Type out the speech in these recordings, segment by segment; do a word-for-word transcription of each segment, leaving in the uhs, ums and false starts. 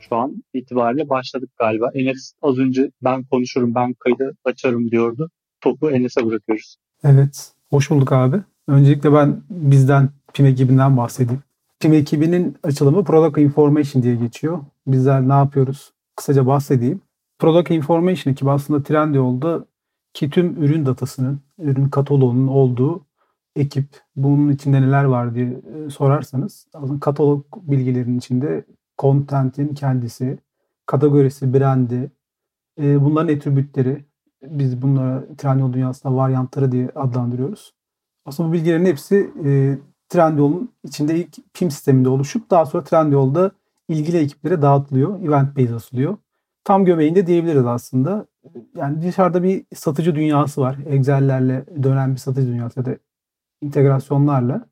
Şu an itibariyle başladık galiba. Enes az önce ben konuşurum, ben kaydı açarım diyordu. Topu Enes'e bırakıyoruz. Evet, hoş bulduk abi. Öncelikle ben bizden, P I M ekibinden bahsedeyim. P I M ekibinin açılımı Product Information diye geçiyor. Bizler ne yapıyoruz? Kısaca bahsedeyim. Product Information ekibi aslında Trendyol'da ki tüm ürün datasının, ürün kataloğunun olduğu ekip. Bunun içinde neler var diye e, sorarsanız, aslında katalog bilgilerinin içinde content'in kendisi, kategorisi, brandi, e, bunların attribütleri, biz bunlara Trendyol dünyasında varyantları diye adlandırıyoruz. Aslında bu bilgilerin hepsi e, Trendyol'un içinde ilk P I M sisteminde oluşup daha sonra Trendyol'da ilgili ekiplere dağıtılıyor. Event based asılıyor. Tam göbeğinde diyebiliriz aslında. Yani dışarıda bir satıcı dünyası var. Excel'lerle dönen bir satıcı dünyası ya da integrasyonlarla.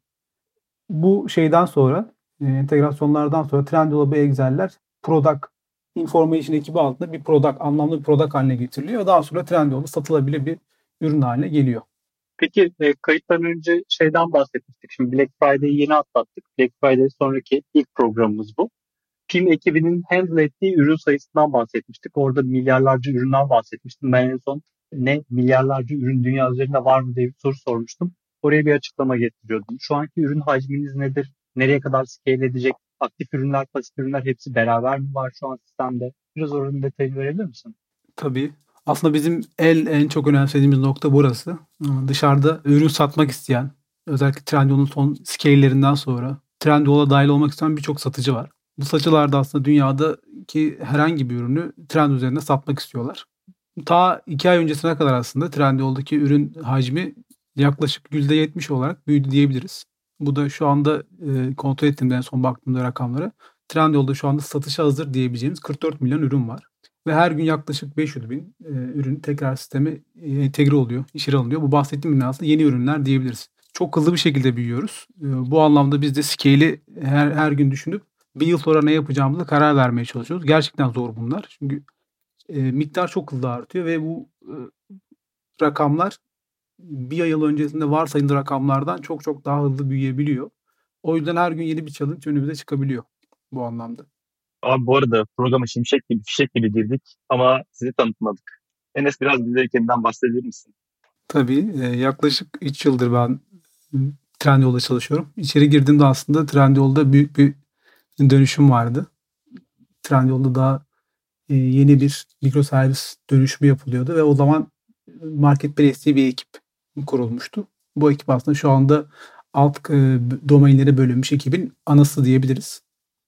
Bu şeyden sonra, e, entegrasyonlardan sonra Trendyol'a bu Excel'ler Product Information ekibi altında bir product, anlamlı bir product haline getiriliyor. Daha sonra Trendyol'da satılabilir bir ürün haline geliyor. Peki e, kayıttan önce şeyden bahsetmiştik. Şimdi Black Friday'i yeni atlattık. Black Friday sonraki ilk programımız bu. P I M ekibinin handle ettiği ürün sayısından bahsetmiştik. Orada milyarlarca üründen bahsetmiştim. Ben en son ne milyarlarca ürün dünya üzerinde var mı diye bir soru sormuştum. Oraya bir açıklama getiriyordum. Şu anki ürün hacminiz nedir? Nereye kadar scale edecek? Aktif ürünler, pasif ürünler hepsi beraber mi var şu an sistemde? Biraz oranın detayını verebilir misin? Tabii. Aslında bizim el en çok önemsediğimiz nokta burası. Dışarıda ürün satmak isteyen, özellikle Trendyol'un son scale'lerinden sonra Trendyol'a dahil olmak isteyen birçok satıcı var. Bu satıcılar da aslında dünyadaki herhangi bir ürünü Trendyol üzerinde satmak istiyorlar. Ta iki ay öncesine kadar aslında Trendyol'daki ürün hacmi yaklaşık yüzde yetmiş olarak büyüdü diyebiliriz. Bu da şu anda e, kontrol ettiğimde en son baktığımda rakamlara Trendyol'da şu anda satışa hazır diyebileceğimiz kırk dört milyon ürün var. Ve her gün yaklaşık beş yüz bin e, ürün tekrar sisteme e, entegre oluyor, içeri alınıyor. Bu bahsettiğim ürünler aslında yeni ürünler diyebiliriz. Çok hızlı bir şekilde büyüyoruz. E, bu anlamda biz de scale'i her, her gün düşünüp bir yıl sonra ne yapacağımıza karar vermeye çalışıyoruz. Gerçekten zor bunlar. Çünkü e, miktar çok hızlı artıyor ve bu e, rakamlar bir yıl öncesinde varsayılan rakamlardan çok çok daha hızlı büyüyebiliyor. O yüzden her gün yeni bir challenge önümüze çıkabiliyor bu anlamda. Abi bu arada programa şimşek gibi fişek gibi girdik ama sizi tanıtmadık. Enes biraz bize kendinden bahsedebilir misin? Tabii e, yaklaşık üç yıldır ben e, Trendyol'da çalışıyorum. İçeri girdiğimde aslında Trendyol'da büyük bir dönüşüm vardı. Trendyol'da daha e, yeni bir mikroservis dönüşümü yapılıyordu ve o zaman Marketplace diye bir ekip kurulmuştu. Bu ekip aslında şu anda alt e, domainlere bölünmüş ekibin anası diyebiliriz.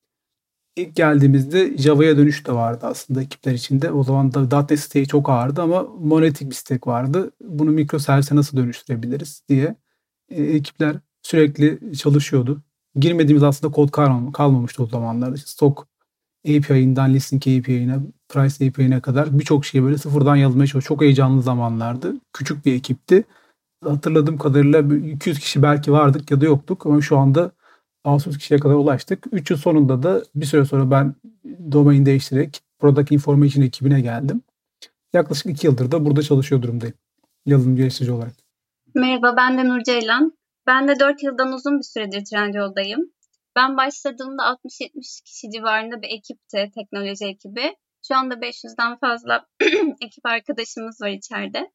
İlk geldiğimizde Java'ya dönüş de vardı aslında ekipler içinde. O zaman da .nokta .NET siteyi çok ağırdı ama monolit bir stek vardı. Bunu mikroservise nasıl dönüştürebiliriz diye e, ekipler sürekli çalışıyordu. Girmediğimiz aslında kod kalmam- kalmamıştı o zamanlar. İşte Stock A P I'ından Listing A P I'ine, Price A P I'ine kadar birçok şeyi böyle sıfırdan yazmaya çalışıyorduk. Çok heyecanlı zamanlardı. Küçük bir ekipti. Hatırladığım kadarıyla iki yüz kişi belki vardık ya da yoktuk ama şu anda altı yüz kişiye kadar ulaştık. üç yıl sonunda da bir süre sonra ben domain değiştirerek Product Information ekibine geldim. Yaklaşık iki yıldır da burada çalışıyor durumdayım. Yazılım geliştirici olarak. Merhaba, ben de Nur Ceylan. Ben de dört yıldan uzun bir süredir Trendyol'dayım. Ben başladığımda altmış yetmiş kişi civarında bir ekipti, teknoloji ekibi. Şu anda beş yüzden fazla ekip arkadaşımız var içeride.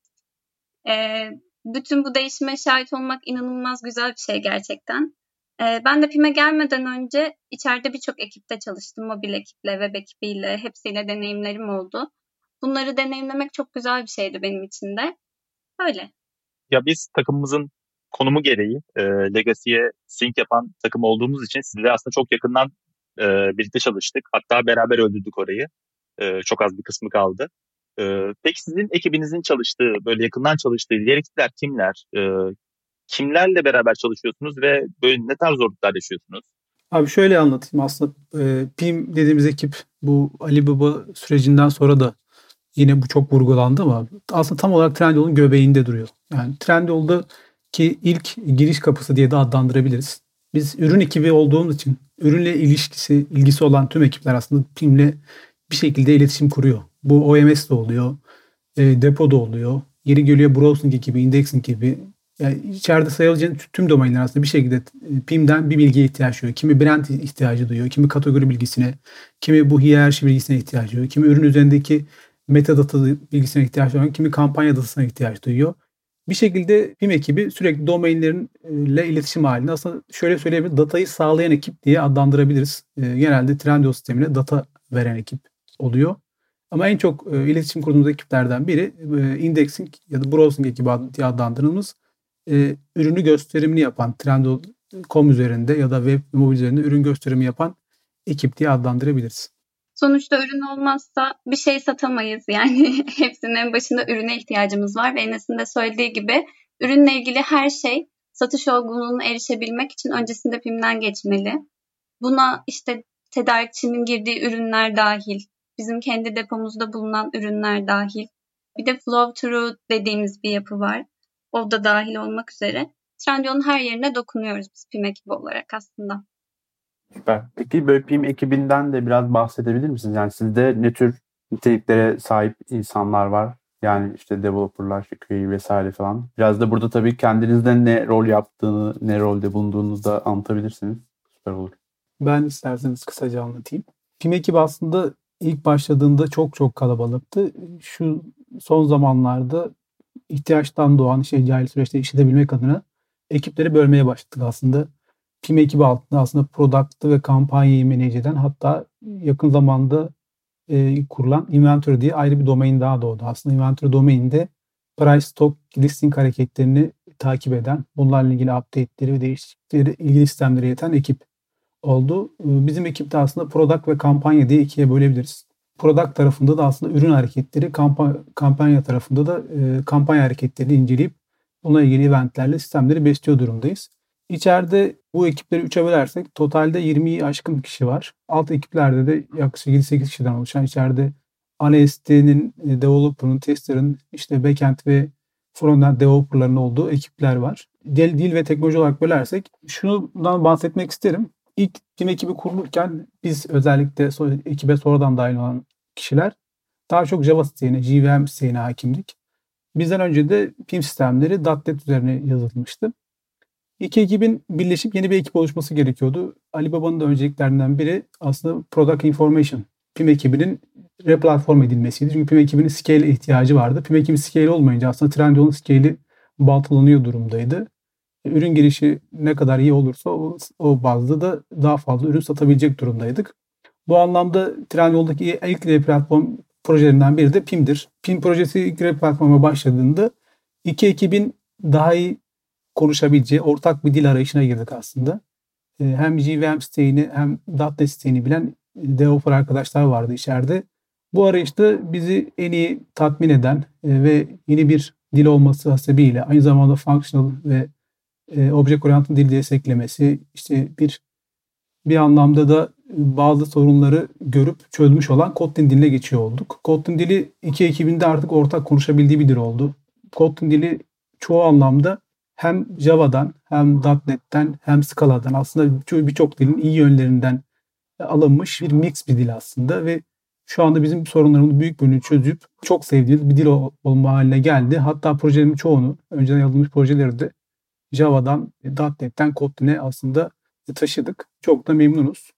Ee, bütün bu değişime şahit olmak inanılmaz güzel bir şey gerçekten. Ee, ben de P I M E gelmeden önce içeride birçok ekipte çalıştım. Mobil ekiple, web ekibiyle, hepsiyle deneyimlerim oldu. Bunları deneyimlemek çok güzel bir şeydi benim için de. Öyle. Ya biz takımımızın konumu gereği e, Legacy'ye sync yapan takım olduğumuz için sizle aslında çok yakından e, birlikte çalıştık. Hatta beraber öldürdük orayı. E, çok az bir kısmı kaldı. E, peki sizin ekibinizin çalıştığı, böyle yakından çalıştığı diğer ekipler kimler? E, kimlerle beraber çalışıyorsunuz ve böyle ne tarz zorluklar yaşıyorsunuz? Abi şöyle anlatayım aslında e, P I M dediğimiz ekip bu Alibaba sürecinden sonra da yine bu çok vurgulandı ama aslında tam olarak Trendyol'un göbeğinde duruyor. Yani Trendyol'daki ilk giriş kapısı diye de adlandırabiliriz. Biz ürün ekibi olduğumuz için ürünle ilişkisi, ilgisi olan tüm ekipler aslında P I M'le bir şekilde iletişim kuruyor. Bu O M S de oluyor, e, depo da oluyor. Yeri geliyor browsing ekibi, indexing ekibi, Yani içeride sayılacak tüm domainler aslında bir şekilde P I M'den bir bilgiye ihtiyaç duyuyor. Kimi brand ihtiyacı duyuyor, kimi kategori bilgisine, kimi bu hiyerarşi bilgisine ihtiyaç duyuyor, kimi ürün üzerindeki metadata bilgisine ihtiyaç duyuyor, kimi kampanya datasına ihtiyaç duyuyor. Bir şekilde P I M ekibi sürekli domainlerle iletişim halinde. Aslında şöyle söyleyebiliriz, datayı sağlayan ekip diye adlandırabiliriz. Genelde Trendyol sistemine data veren ekip oluyor. Ama en çok iletişim kurduğumuz ekiplerden biri indexing ya da browsing ekibi diye adlandırdığımız e, ürünü gösterimini yapan, Trendyol nokta com üzerinde ya da web mobil üzerinde ürün gösterimi yapan ekip diye adlandırabiliriz. Sonuçta ürün olmazsa bir şey satamayız. Yani hepsinin en başında ürüne ihtiyacımız var ve Enes'in de söylediği gibi ürünle ilgili her şey satış olgunluğuna erişebilmek için öncesinde P I M'den geçmeli. Buna işte tedarikçinin girdiği ürünler dahil, bizim kendi depomuzda bulunan ürünler dahil. Bir de flow through dediğimiz bir yapı var. O da dahil olmak üzere. Trendyol'un her yerine dokunuyoruz biz P I M ekibi olarak aslında. Süper. Peki böyle P I M ekibinden de biraz bahsedebilir misiniz? Yani sizde ne tür niteliklere sahip insanlar var? Yani işte developerlar, işte Q A vesaire falan. Biraz da burada tabii kendinizden ne rol yaptığını, ne rolde bulunduğunuzu da anlatabilirsiniz. Süper olur. Ben isterseniz kısaca anlatayım. P I M ekibi aslında ilk başladığında çok çok kalabalıktı. Şu son zamanlarda ihtiyaçtan doğan işte cahil süreçte işletebilmek adına ekipleri bölmeye başladık aslında. P I M ekibi altında aslında product'ı ve kampanyayı manage eden, hatta yakın zamanda e, kurulan inventory diye ayrı bir domain daha doğdu. Aslında inventory domaininde price, stock, listing hareketlerini takip eden, bunlarla ilgili update'leri ve değişiklikleri, ilgili sistemleri yeten ekip oldu. Bizim ekipte aslında product ve kampanya diye ikiye bölebiliriz. Product tarafında da aslında ürün hareketleri, kampanya, kampanya tarafında da e, kampanya hareketlerini inceleyip bununla ilgili eventlerle sistemleri besliyor durumdayız. İçeride bu ekipleri üçe bölersek totalde yirmiyi aşkın kişi var. Alt ekiplerde de yaklaşık yedi sekiz kişiden oluşan, içeride analistinin, developer'ın, tester'ın, işte backend ve frontend developer'ların olduğu ekipler var. Dil, dil ve teknoloji olarak bölersek şundan bahsetmek isterim. İlk P I M ekibi kurulurken biz özellikle so- ekibe sonradan dahil olan kişiler daha çok Java siteyine, J V M siteyine hakimdik. Bizden önce de P I M sistemleri .nokta net üzerine yazılmıştı. İki ekibin birleşip yeni bir ekip oluşması gerekiyordu. Alibaba'nın da önceliklerinden biri aslında Product Information. P I M ekibinin replatform edilmesiydi. Çünkü P I M ekibinin scale ihtiyacı vardı. P I M ekibi scale olmayınca aslında Trendyol'un scale'i baltalanıyor durumdaydı. Ürün girişi ne kadar iyi olursa o, o bazda da daha fazla ürün satabilecek durumdaydık. Bu anlamda Trendyol'daki ilk replatform projelerinden biri de P I M'dir. P I M projesi ilk replatforma başladığında iki ekibin daha iyi konuşabileceği ortak bir dil arayışına girdik aslında. Hem J V M siteyini hem .nokta net siteyini bilen developer arkadaşlar vardı içeride. Bu arayışta bizi en iyi tatmin eden ve yeni bir dil olması hasebiyle aynı zamanda functional ve object oriented dil desteklemesi, işte bir bir anlamda da bazı sorunları görüp çözmüş olan Kotlin diline geçiyor olduk. Kotlin dili iki ekibinde artık ortak konuşabildiği bir dil oldu. Kotlin dili çoğu anlamda hem Java'dan hem .nokta net'ten hem Scala'dan aslında birçok dilin iyi yönlerinden alınmış bir mix bir dil aslında ve şu anda bizim sorunlarımızın büyük bölümünü çözüp çok sevdiğimiz bir dil olma haline geldi. Hatta projelerin çoğunu, önceden yazılmış projeleri de Java'dan, .nokta net'ten Kotlin'e aslında taşıdık. Çok da memnunuz.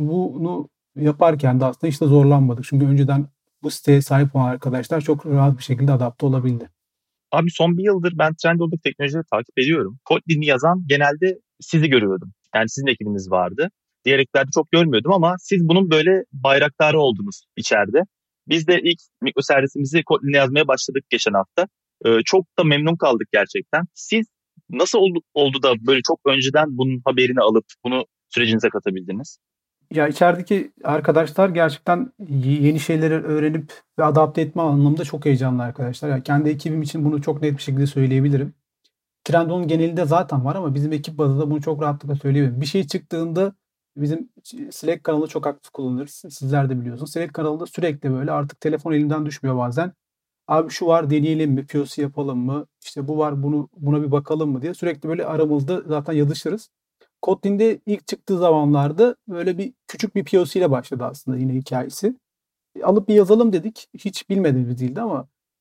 Bunu yaparken de aslında hiç de zorlanmadık. Çünkü önceden bu siteye sahip olan arkadaşlar çok rahat bir şekilde adapte olabildi. Abi son bir yıldır ben Trendyol'daki teknolojileri takip ediyorum. Kotlin'i yazan genelde sizi görüyordum. Yani sizin ekibiniz vardı. Diğer ekiplerde çok görmüyordum ama siz bunun böyle bayraktarı oldunuz içeride. Biz de ilk mikroservisimizi Kotlin'e yazmaya başladık geçen hafta. Ee, çok da memnun kaldık gerçekten. Siz nasıl oldu, oldu da böyle çok önceden bunun haberini alıp bunu sürecinize katabildiniz? Ya içerideki arkadaşlar gerçekten yeni şeyleri öğrenip ve adapte etme anlamında çok heyecanlı arkadaşlar. Yani kendi ekibim için bunu çok net bir şekilde söyleyebilirim. Trendyol'un genelinde zaten var ama bizim ekip bazında bunu çok rahatlıkla söyleyebilirim. Bir şey çıktığında bizim Slack kanalı çok aktif kullanırız. Sizler de biliyorsunuz. Slack kanalında sürekli böyle artık telefon elimden düşmüyor bazen. Abi şu var deneyelim mi? P O C yapalım mı? İşte bu var bunu buna bir bakalım mı diye sürekli böyle aramızda zaten yazışırız. Kotlin'de ilk çıktığı zamanlarda böyle bir küçük bir P O C ile başladı aslında yine hikayesi. Alıp bir yazalım dedik. Hiç bilmediğimiz dildi ama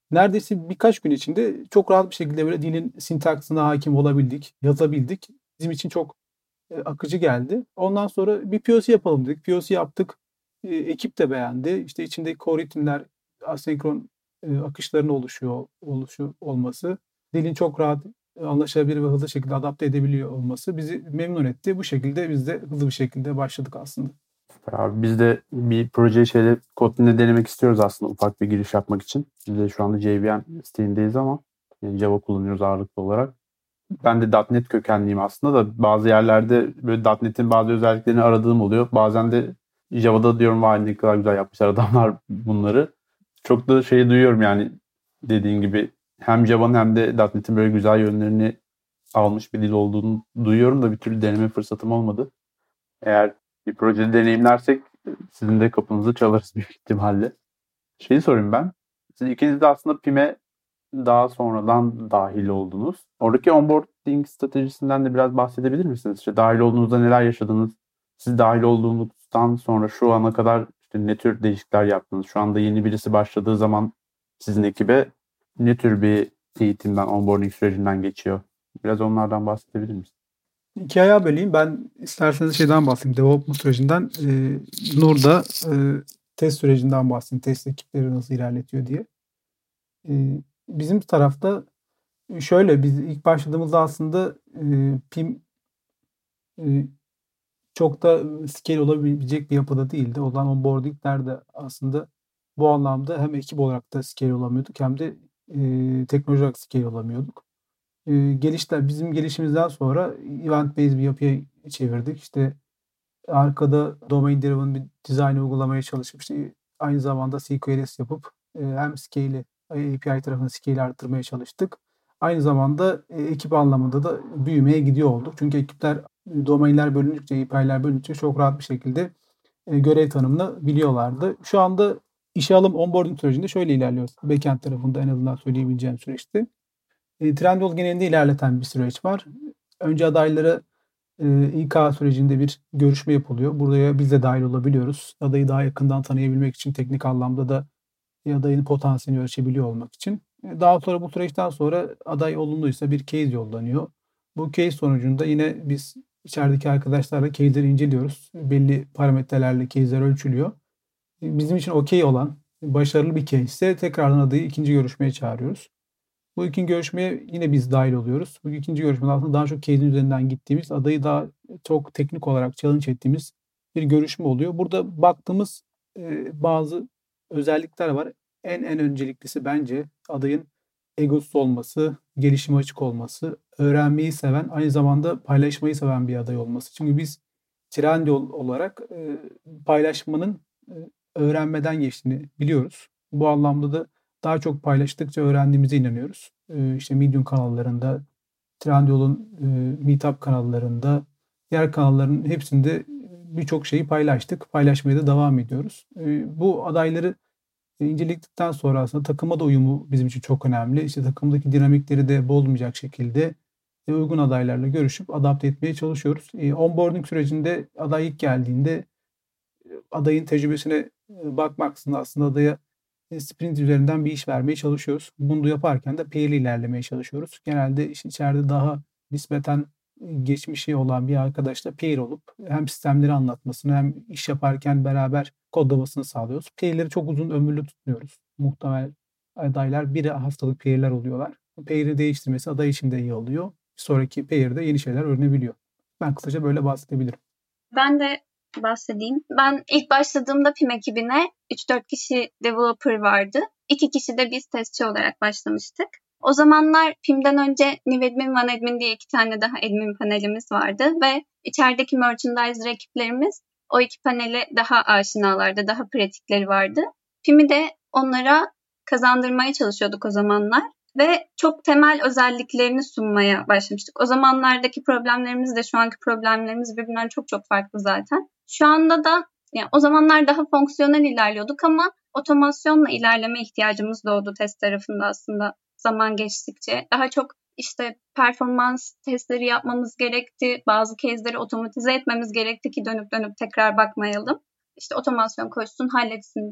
neredeyse birkaç gün içinde çok rahat bir şekilde böyle dilin sintaksine hakim olabildik, yazabildik. Bizim için çok e, akıcı geldi. Ondan sonra bir P O C yapalım dedik. P O C yaptık. E, ekip de beğendi. İşte içindeki core ritimler, asenkron e, akışların oluşuyor, oluşu olması, dilin çok rahat anlaşılabilir ve hızlı şekilde adapte edebiliyor olması bizi memnun etti. Bu şekilde biz de hızlı bir şekilde başladık aslında. Abi biz de bir projeyi şeyle Kotlin'de denemek istiyoruz aslında ufak bir giriş yapmak için. Biz de şu anda J V M siteindeyiz ama yani Java kullanıyoruz ağırlıklı olarak. Ben de .nokta net kökenliyim aslında da bazı yerlerde böyle .nokta net'in bazı özelliklerini aradığım oluyor. Bazen de Java'da diyorum vay ne kadar güzel yapmışlar adamlar bunları. Çok da şey duyuyorum yani dediğin gibi hem Java'nın hem de .nokta net'in böyle güzel yönlerini almış bir dil olduğunu duyuyorum da bir türlü deneme fırsatım olmadı. Eğer bir projede deneyimlersek sizin de kapınızı çalarız büyük ihtimalle. Şeyi sorayım ben. Siz ikiniz de aslında P I M'e daha sonradan dahil oldunuz. Oradaki onboarding stratejisinden de biraz bahsedebilir misiniz? İşte dahil olduğunuzda neler yaşadınız? Siz dahil olduğunuzdan sonra şu ana kadar işte ne tür değişiklikler yaptınız? Şu anda yeni birisi başladığı zaman sizin ekibe ne tür bir eğitimden, onboarding sürecinden geçiyor? Biraz onlardan bahsedebilir misiniz? İki ayağa böleyim. Ben isterseniz şeyden bahsedeyim. Development sürecinden. E, Nur'da e, test sürecinden bahsedeyim. Test ekipleri nasıl ilerletiyor diye. E, bizim tarafta şöyle, biz ilk başladığımızda aslında e, P I M e, çok da scale olabilecek bir yapıda değildi. O zaman onboardingler de aslında bu anlamda hem ekip olarak da scale olamıyorduk hem de e, teknoloji olarak scale olamıyorduk. E, gelişler bizim gelişimizden sonra event based bir yapıya çevirdik. İşte arkada domain driven bir design uygulamaya çalışıp işte aynı zamanda C Q L S yapıp e, hem scale'i A P I tarafından scale'i arttırmaya çalıştık. Aynı zamanda e, ekip anlamında da büyümeye gidiyor olduk. Çünkü ekipler domainler bölündükçe, A P I'ler bölündükçe çok rahat bir şekilde e, görev tanımını biliyorlardı. Şu anda işe alım onboarding sürecinde şöyle ilerliyoruz. Backend tarafında en azından söyleyebileceğim süreçte. E, Trendyol genelinde ilerleten bir süreç var. Önce adaylara e, İK sürecinde bir görüşme yapılıyor. Buraya biz de dahil olabiliyoruz. Adayı daha yakından tanıyabilmek için, teknik anlamda da adayın potansiyelini ölçebiliyor olmak için. E, daha sonra bu süreçten sonra aday olumluysa bir case yollanıyor. Bu case sonucunda yine biz içerideki arkadaşlarla case'leri inceliyoruz. Belli parametrelerle case'ler ölçülüyor. E, bizim için okey olan, başarılı bir case ise tekrardan adayı ikinci görüşmeye çağırıyoruz. Bu ikinci görüşmeye yine biz dahil oluyoruz. Bu ikinci görüşmede aslında daha çok case'in üzerinden gittiğimiz, adayı daha çok teknik olarak challenge ettiğimiz bir görüşme oluyor. Burada baktığımız e, bazı özellikler var. En en önceliklisi bence adayın egosuz olması, gelişime açık olması, öğrenmeyi seven, aynı zamanda paylaşmayı seven bir aday olması. Çünkü biz Trendyol olarak e, paylaşmanın e, öğrenmeden geçtiğini biliyoruz. Bu anlamda da daha çok paylaştıkça öğrendiğimize inanıyoruz. E, işte Medium kanallarında, Trendyol'un e, Meetup kanallarında, diğer kanalların hepsinde birçok şeyi paylaştık. Paylaşmaya da devam ediyoruz. E, bu adayları inceledikten sonra aslında takıma da uyumu bizim için çok önemli. İşte takımdaki dinamikleri de bozmayacak şekilde uygun adaylarla görüşüp adapte etmeye çalışıyoruz. E, onboarding sürecinde aday ilk geldiğinde adayın tecrübesine bakmaksızın aslında adaya sprint üzerinden bir iş vermeye çalışıyoruz. Bunu da yaparken de peer ilerlemeye çalışıyoruz. Genelde işte içeride daha nispeten geçmişi olan bir arkadaşla peer olup hem sistemleri anlatmasını hem iş yaparken beraber kodlamasını sağlıyoruz. Peer'leri çok uzun ömürlü tutmuyoruz. Muhtemel adaylar bir haftalık peer'ler oluyorlar. Peer'i değiştirmesi aday için de iyi oluyor. Bir sonraki peer'de yeni şeyler öğrenebiliyor. Ben kısaca böyle bahsedebilirim. Ben de bahsedeyim. Ben ilk başladığımda P I M ekibine üç dört kişi developer vardı. iki kişi de biz testçi olarak başlamıştık. O zamanlar P I M'den önce New Admin, One Admin diye iki tane daha admin panelimiz vardı ve içerideki merchandiser ekiplerimiz o iki panele daha aşinalardı, daha pratikleri vardı. P I M'i de onlara kazandırmaya çalışıyorduk o zamanlar ve çok temel özelliklerini sunmaya başlamıştık. O zamanlardaki problemlerimiz de şu anki problemlerimiz birbirinden çok çok farklı zaten. Şu anda da yani o zamanlar daha fonksiyonel ilerliyorduk ama otomasyonla ilerleme ihtiyacımız doğdu test tarafında aslında zaman geçtikçe. Daha çok işte performans testleri yapmamız gerekti. Bazı case'leri otomatize etmemiz gerekti ki dönüp dönüp tekrar bakmayalım. İşte otomasyon koşsun, halletsin diye.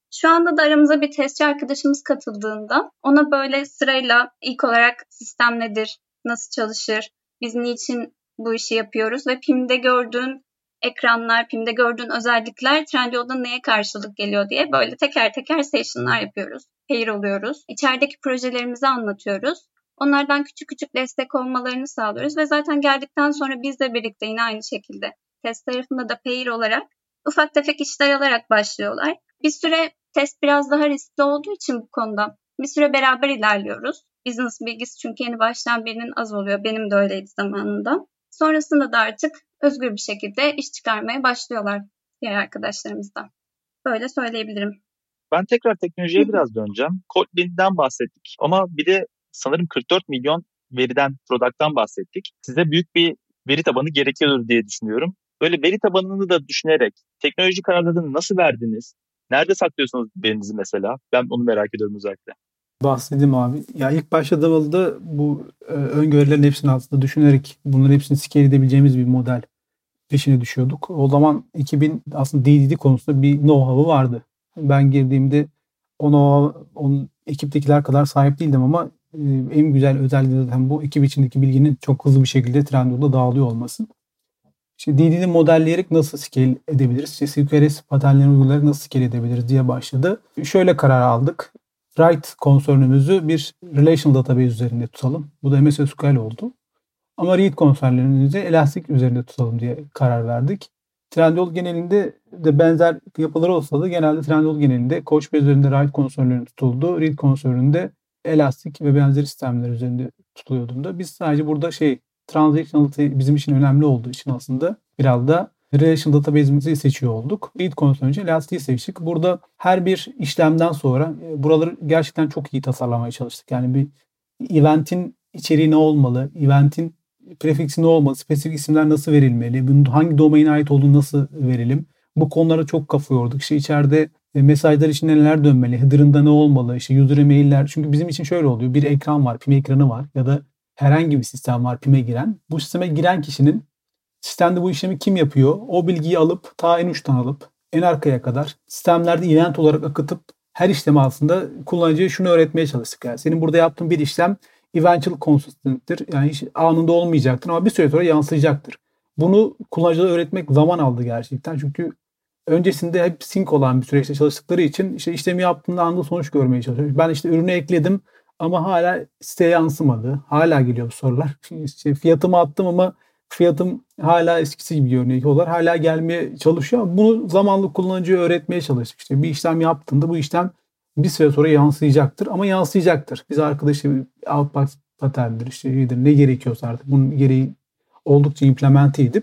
Şu anda da aramıza bir testçi arkadaşımız katıldığında ona böyle sırayla ilk olarak sistem nedir, nasıl çalışır, biz niçin bu işi yapıyoruz ve P I M'de gördüğün ekranlar, P I M'de gördüğün özellikler Trendyol'da neye karşılık geliyor diye böyle teker teker session'lar yapıyoruz. Pair oluyoruz. İçerideki projelerimizi anlatıyoruz. Onlardan küçük küçük destek olmalarını sağlıyoruz ve zaten geldikten sonra biz de birlikte yine aynı şekilde test tarafında da pair olarak ufak tefek işler alarak başlıyorlar. Bir süre test biraz daha riskli olduğu için bu konuda bir süre beraber ilerliyoruz. Business bilgisi çünkü yeni başlayan birinin az oluyor. Benim de öyleydi zamanında. Sonrasında da artık özgür bir şekilde iş çıkarmaya başlıyorlar diğer arkadaşlarımızdan. Böyle söyleyebilirim. Ben tekrar teknolojiye biraz döneceğim. Kotlin'den bahsettik ama bir de sanırım kırk dört milyon veriden, product'tan bahsettik. Size büyük bir veri tabanı gerekiyordur diye düşünüyorum. Böyle veri tabanını da düşünerek teknoloji kararlarını nasıl verdiniz? Nerede saklıyorsunuz verinizi mesela? Ben onu merak ediyorum özellikle. Bahsedeyim abi. Ya ilk başladığımızda bu e, öngörülerin hepsini aslında düşünerek bunların hepsini scale edebileceğimiz bir model peşine düşüyorduk. O zaman iki bin aslında D D D konusunda bir know-how'u vardı. Ben girdiğimde onu onun ekiptekiler kadar sahip değildim ama e, en güzel özelliği zaten bu ekip içindeki bilginin çok hızlı bir şekilde Trendyol'da dağılıyor olması. İşte D D D modelleyerek nasıl scale edebiliriz? İşte C Q R S paternlerini uygulayarak nasıl scale edebiliriz diye başladı. Şöyle karar aldık. Write konsörünümüzü bir relational database üzerinde tutalım. Bu da M S S Q L oldu. Ama read konsörlerimizi Elastic üzerinde tutalım diye karar verdik. Trendyol genelinde de benzer yapıları olsa da genelde Trendyol genelinde Couchbase üzerinde write konsörlerinin tutuldu. Read konsöründe Elastic ve benzeri sistemler üzerinde tutuluyordu da. Biz sadece burada şey transactionality bizim için önemli olduğu için aslında biraz da relational database'imizi seçiyor olduk. Read konusunda önce Elastic'i seçtik. Burada her bir işlemden sonra buraları gerçekten çok iyi tasarlamaya çalıştık. Yani bir eventin içeriği ne olmalı, eventin prefiksi ne olmalı, spesifik isimler nasıl verilmeli, bunun hangi domaine ait olduğunu nasıl verelim. Bu konulara çok kafa yorduk. İşte içeride mesajlar için neler dönmeli, header'ında ne olmalı, işte user email'ler. Çünkü bizim için şöyle oluyor. Bir ekran var, P I M ekranı var ya da herhangi bir sistem var P I M'e giren. Bu sisteme giren kişinin sistemde bu işlemi kim yapıyor? O bilgiyi alıp ta en uçtan alıp en arkaya kadar sistemlerde event olarak akıtıp her işlemi aslında kullanıcıya şunu öğretmeye çalıştık. Yani senin burada yaptığın bir işlem eventual consistent'tir. Yani hiç anında olmayacaktır ama bir süre sonra yansıyacaktır. Bunu kullanıcılara öğretmek zaman aldı gerçekten. Çünkü öncesinde hep sync olan bir süreçte çalıştıkları için işte işlemi yaptığında anında sonuç görmeye çalışıyor. Ben işte ürünü ekledim ama hala siteye yansımadı. Hala geliyor bu sorular. İşte fiyatımı attım ama fiyatım hala eskisi gibi görünüyorlar. Hala gelmeye çalışıyor. Bunu zamanlı kullanıcıya öğretmeye çalıştık. İşte bir işlem yaptığında bu işlem bir süre sonra yansıyacaktır ama yansıyacaktır. Biz arkadaşı outbox paterndir işte iyidir, ne gerekiyorsa artık bunun gereği oldukça implemente edip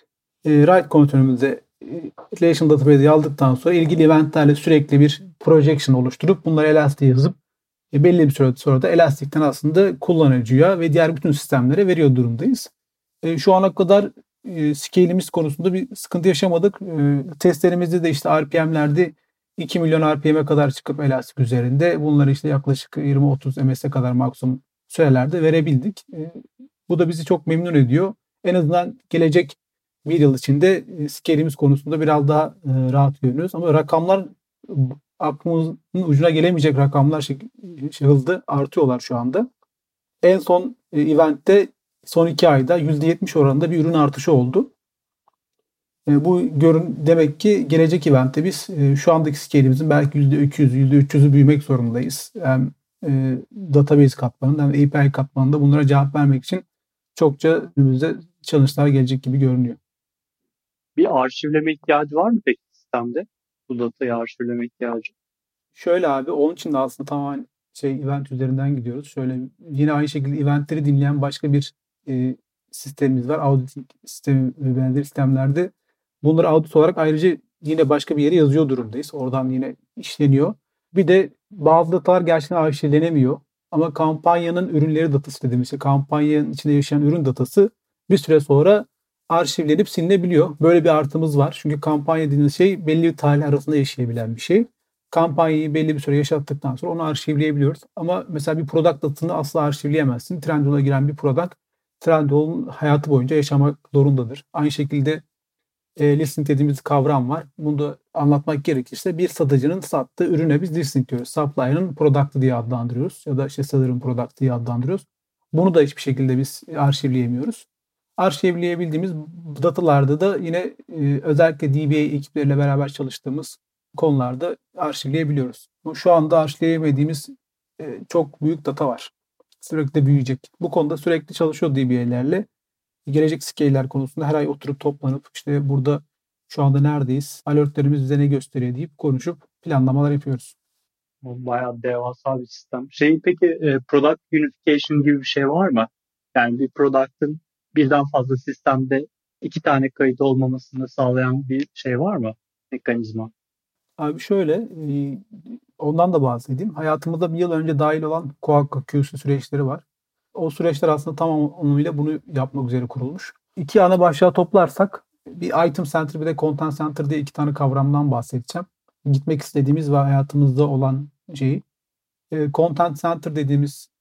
e, write kontörümüzde e, relational database'i aldıktan sonra ilgili eventlerle sürekli bir projection oluşturup bunları Elastic'e yazıp e, belli bir süre sonra da Elastic'ten aslında kullanıcıya ve diğer bütün sistemlere veriyor durumdayız. E, şu ana kadar e, scale'imiz konusunda bir sıkıntı yaşamadık. E, testlerimizde de işte R P M'lerde iki milyon R P M'e kadar çıkıp Elastic üzerinde bunları işte yaklaşık yirmi otuz M S'e kadar maksimum sürelerde verebildik. E, bu da bizi çok memnun ediyor. En azından gelecek bir yıl içinde e, scale'imiz konusunda biraz daha e, rahat görünüyoruz. Ama rakamlar aklımızın ucuna gelemeyecek rakamlar şey, şey, hızlı artıyorlar şu anda. En son e, eventte son iki ayda yüzde yetmiş oranında bir ürün artışı oldu. E, bu görün demek ki gelecek eventte biz e, şu andaki scale'imizin belki yüzde iki yüz, yüzde üç yüzü büyümek zorundayız. Hem e, database katmanında hem A P I katmanında bunlara cevap vermek için çokça önümüzde challenge'lar gelecek gibi görünüyor. Bir arşivleme ihtiyacı var mı peki sistemde? Bu datayı arşivleme ihtiyacı. Şöyle abi, onun için de aslında tamamen şey event üzerinden gidiyoruz. Şöyle yine aynı şekilde eventleri dinleyen başka bir e, sistemimiz var. Auditing sistemi ve benzeri sistemlerde bunları audit olarak ayrıca yine başka bir yere yazıyor durumdayız. Oradan yine işleniyor. Bir de bazı datalar gerçekten arşivlenemiyor. Ama kampanyanın ürünleri datası dediğimiz şey, kampanyanın içinde yaşayan ürün datası bir süre sonra arşivlenip silinebiliyor. Böyle bir artımız var. Çünkü kampanya dediğiniz şey belli bir tarih arasında yaşayabilen bir şey. Kampanyayı belli bir süre yaşattıktan sonra onu arşivleyebiliyoruz. Ama mesela bir product datını asla arşivleyemezsin. Trendyol'a giren bir product Trendyol'un hayatı boyunca yaşamak zorundadır. Aynı şekilde e, listing dediğimiz kavram var. Bunu da anlatmak gerekirse bir satıcının sattığı ürüne biz listing diyoruz. Supplier'ın product'ı diye adlandırıyoruz ya da işte seller'ın product diye adlandırıyoruz. Bunu da hiçbir şekilde biz arşivleyemiyoruz. Arşivleyebildiğimiz datalarda da yine e, özellikle D B A ekipleriyle beraber çalıştığımız konularda arşivleyebiliyoruz. Şu anda arşivleyemediğimiz e, çok büyük data var. Sürekli büyüyecek. Bu konuda sürekli çalışıyor D B A'lerle. Gelecek scale'ler konusunda her ay oturup toplanıp işte burada şu anda neredeyiz, alertlerimiz bize ne gösteriyor deyip konuşup planlamalar yapıyoruz. Bayağı devasa bir sistem. Şey peki e, product unification gibi bir şey var mı? Yani bir product'ın birden fazla sistemde iki tane kayıt olmamasını sağlayan bir şey var mı? Mekanizma. Abi şöyle, ondan da bahsedeyim. Hayatımızda bir yıl önce dahil olan Quagga Q C süreçleri var. O süreçler aslında tamamıyla bunu yapmak üzere kurulmuş. İki ana başlığa toplarsak bir item center bir de content center diye iki tane kavramdan bahsedeceğim. Gitmek istediğimiz ve hayatımızda olan şeyi. Content center dediğimiz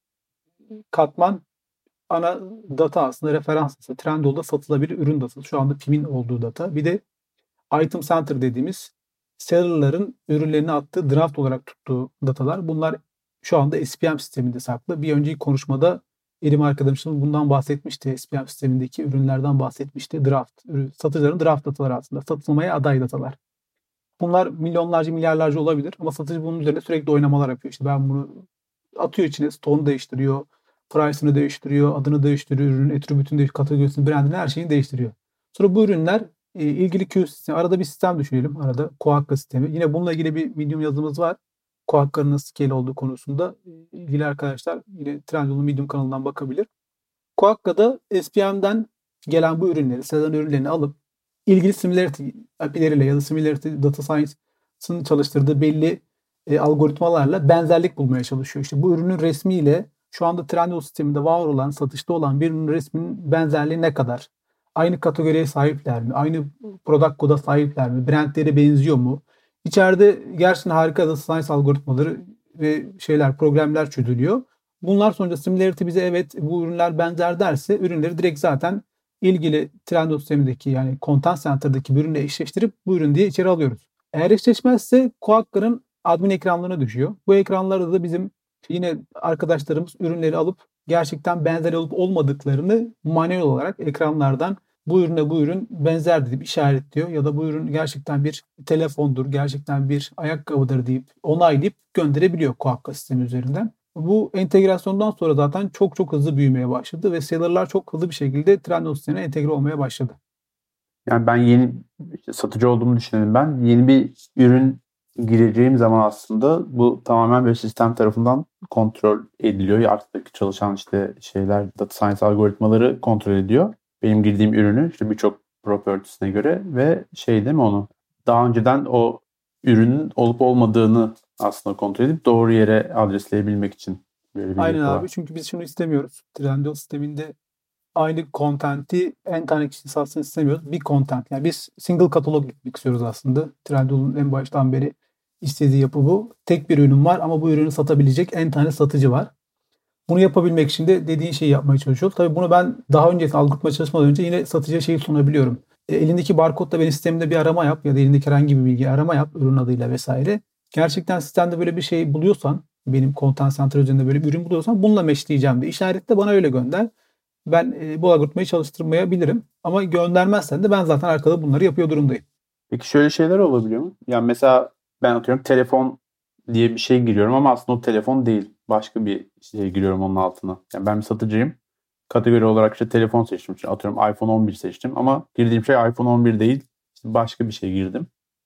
katman ana data aslında referans datası. Trendyol'da satılabilir ürün datası. Şu anda P I M'in olduğu data. Bir de item center dediğimiz seller'ların ürünlerini attığı draft olarak tuttuğu datalar. Bunlar şu anda S P M sisteminde saklı. Bir önceki konuşmada Elim arkadaşım bundan bahsetmişti. S P M sistemindeki ürünlerden bahsetmişti. Draft, satıcıların draft dataları aslında. Satılmaya aday datalar. Bunlar milyonlarca, milyarlarca olabilir ama satıcı bunun üzerine sürekli oynamalar yapıyor. İşte ben bunu atıyor içine, stoğunu değiştiriyor, price'ını değiştiriyor, adını değiştiriyor, ürünün attribute'ünü, kategorisini, brandini, her şeyini değiştiriyor. Sonra bu ürünler e, ilgili Q sistemi, arada bir sistem düşünelim. Arada Quagga sistemi. Yine bununla ilgili bir Medium yazımız var. Quagga'nın nasıl scale olduğu konusunda ilgili arkadaşlar yine Trendyol'un Medium kanalından bakabilir. Quagga'da S P M'den gelen bu ürünleri, sedan ürünlerini alıp ilgili similarity api'leriyle ya da similarity data science'ın çalıştırdığı belli e, algoritmalarla benzerlik bulmaya çalışıyor. İşte bu ürünün resmiyle şu anda Trendyol sisteminde var olan, satışta olan bir ürünün resminin benzerliği ne kadar? Aynı kategoriye sahipler mi? Aynı product code'a sahipler mi? Brandleri benziyor mu? İçeride gerçekten harika data science algoritmaları ve şeyler, programlar çözülüyor. Bunlar sonucu similarity bize evet bu ürünler benzer derse ürünleri direkt zaten ilgili Trendyol sistemindeki yani content center'daki bir ürünle eşleştirip bu ürün diye içeri alıyoruz. Eğer eşleşmezse Quagga'nın admin ekranlarına düşüyor. Bu ekranlarda da bizim yine arkadaşlarımız ürünleri alıp gerçekten benzer olup olmadıklarını manuel olarak ekranlardan bu ürüne bu ürün benzer deyip işaretliyor ya da bu ürün gerçekten bir telefondur, gerçekten bir ayakkabıdır deyip onaylayıp gönderebiliyor Quagga sistemi üzerinden. Bu entegrasyondan sonra zaten çok çok hızlı büyümeye başladı ve seller'lar çok hızlı bir şekilde Trendyol sistemine entegre olmaya başladı. Yani ben yeni işte satıcı olduğumu düşünelim ben. Yeni bir ürün gireceğim zaman aslında bu tamamen bir sistem tarafından kontrol ediliyor. Artık çalışan işte şeyler, data science algoritmaları kontrol ediyor. Benim girdiğim ürünü işte birçok propertiesine göre ve şey değil mi onu? Daha önceden o ürünün olup olmadığını aslında kontrol edip doğru yere adresleyebilmek için böyle bir Aynen abi var. çünkü biz şunu istemiyoruz. Trendyol sisteminde aynı content'i en tane kişi satsın istemiyoruz. Bir content. Yani biz single katalog gitmek istiyoruz aslında. Trendyol'un en baştan beri istediği yapı bu. Tek bir ürün var ama bu ürünü satabilecek en tane satıcı var. Bunu yapabilmek için de dediğin şeyi yapmaya çalışıyoruz. Tabii bunu ben daha önce algoritma çalışmadan önce yine satıcıya şeyi sunabiliyorum. E, elindeki barkodla benim sistemimde bir arama yap ya da elindeki herhangi bir bilgi arama yap ürün adıyla vesaire. Gerçekten sistemde böyle bir şey buluyorsan, benim content center üzerinde böyle bir ürün buluyorsan bununla matchleyeceğim de işaretle bana öyle gönder. Ben e, bu algoritmayı çalıştırmayabilirim. Ama göndermezsen de ben zaten arkada bunları yapıyor durumdayım. Peki şöyle şeyler olabiliyor mu? Yani mesela ben atıyorum telefon diye bir şey giriyorum ama aslında o telefon değil. Başka bir şey giriyorum onun altına. Yani ben bir satıcıyım. Kategori olarak işte telefon seçtim. İşte atıyorum iPhone on bir seçtim ama girdiğim şey iPhone on bir değil. İşte başka bir şey girdim.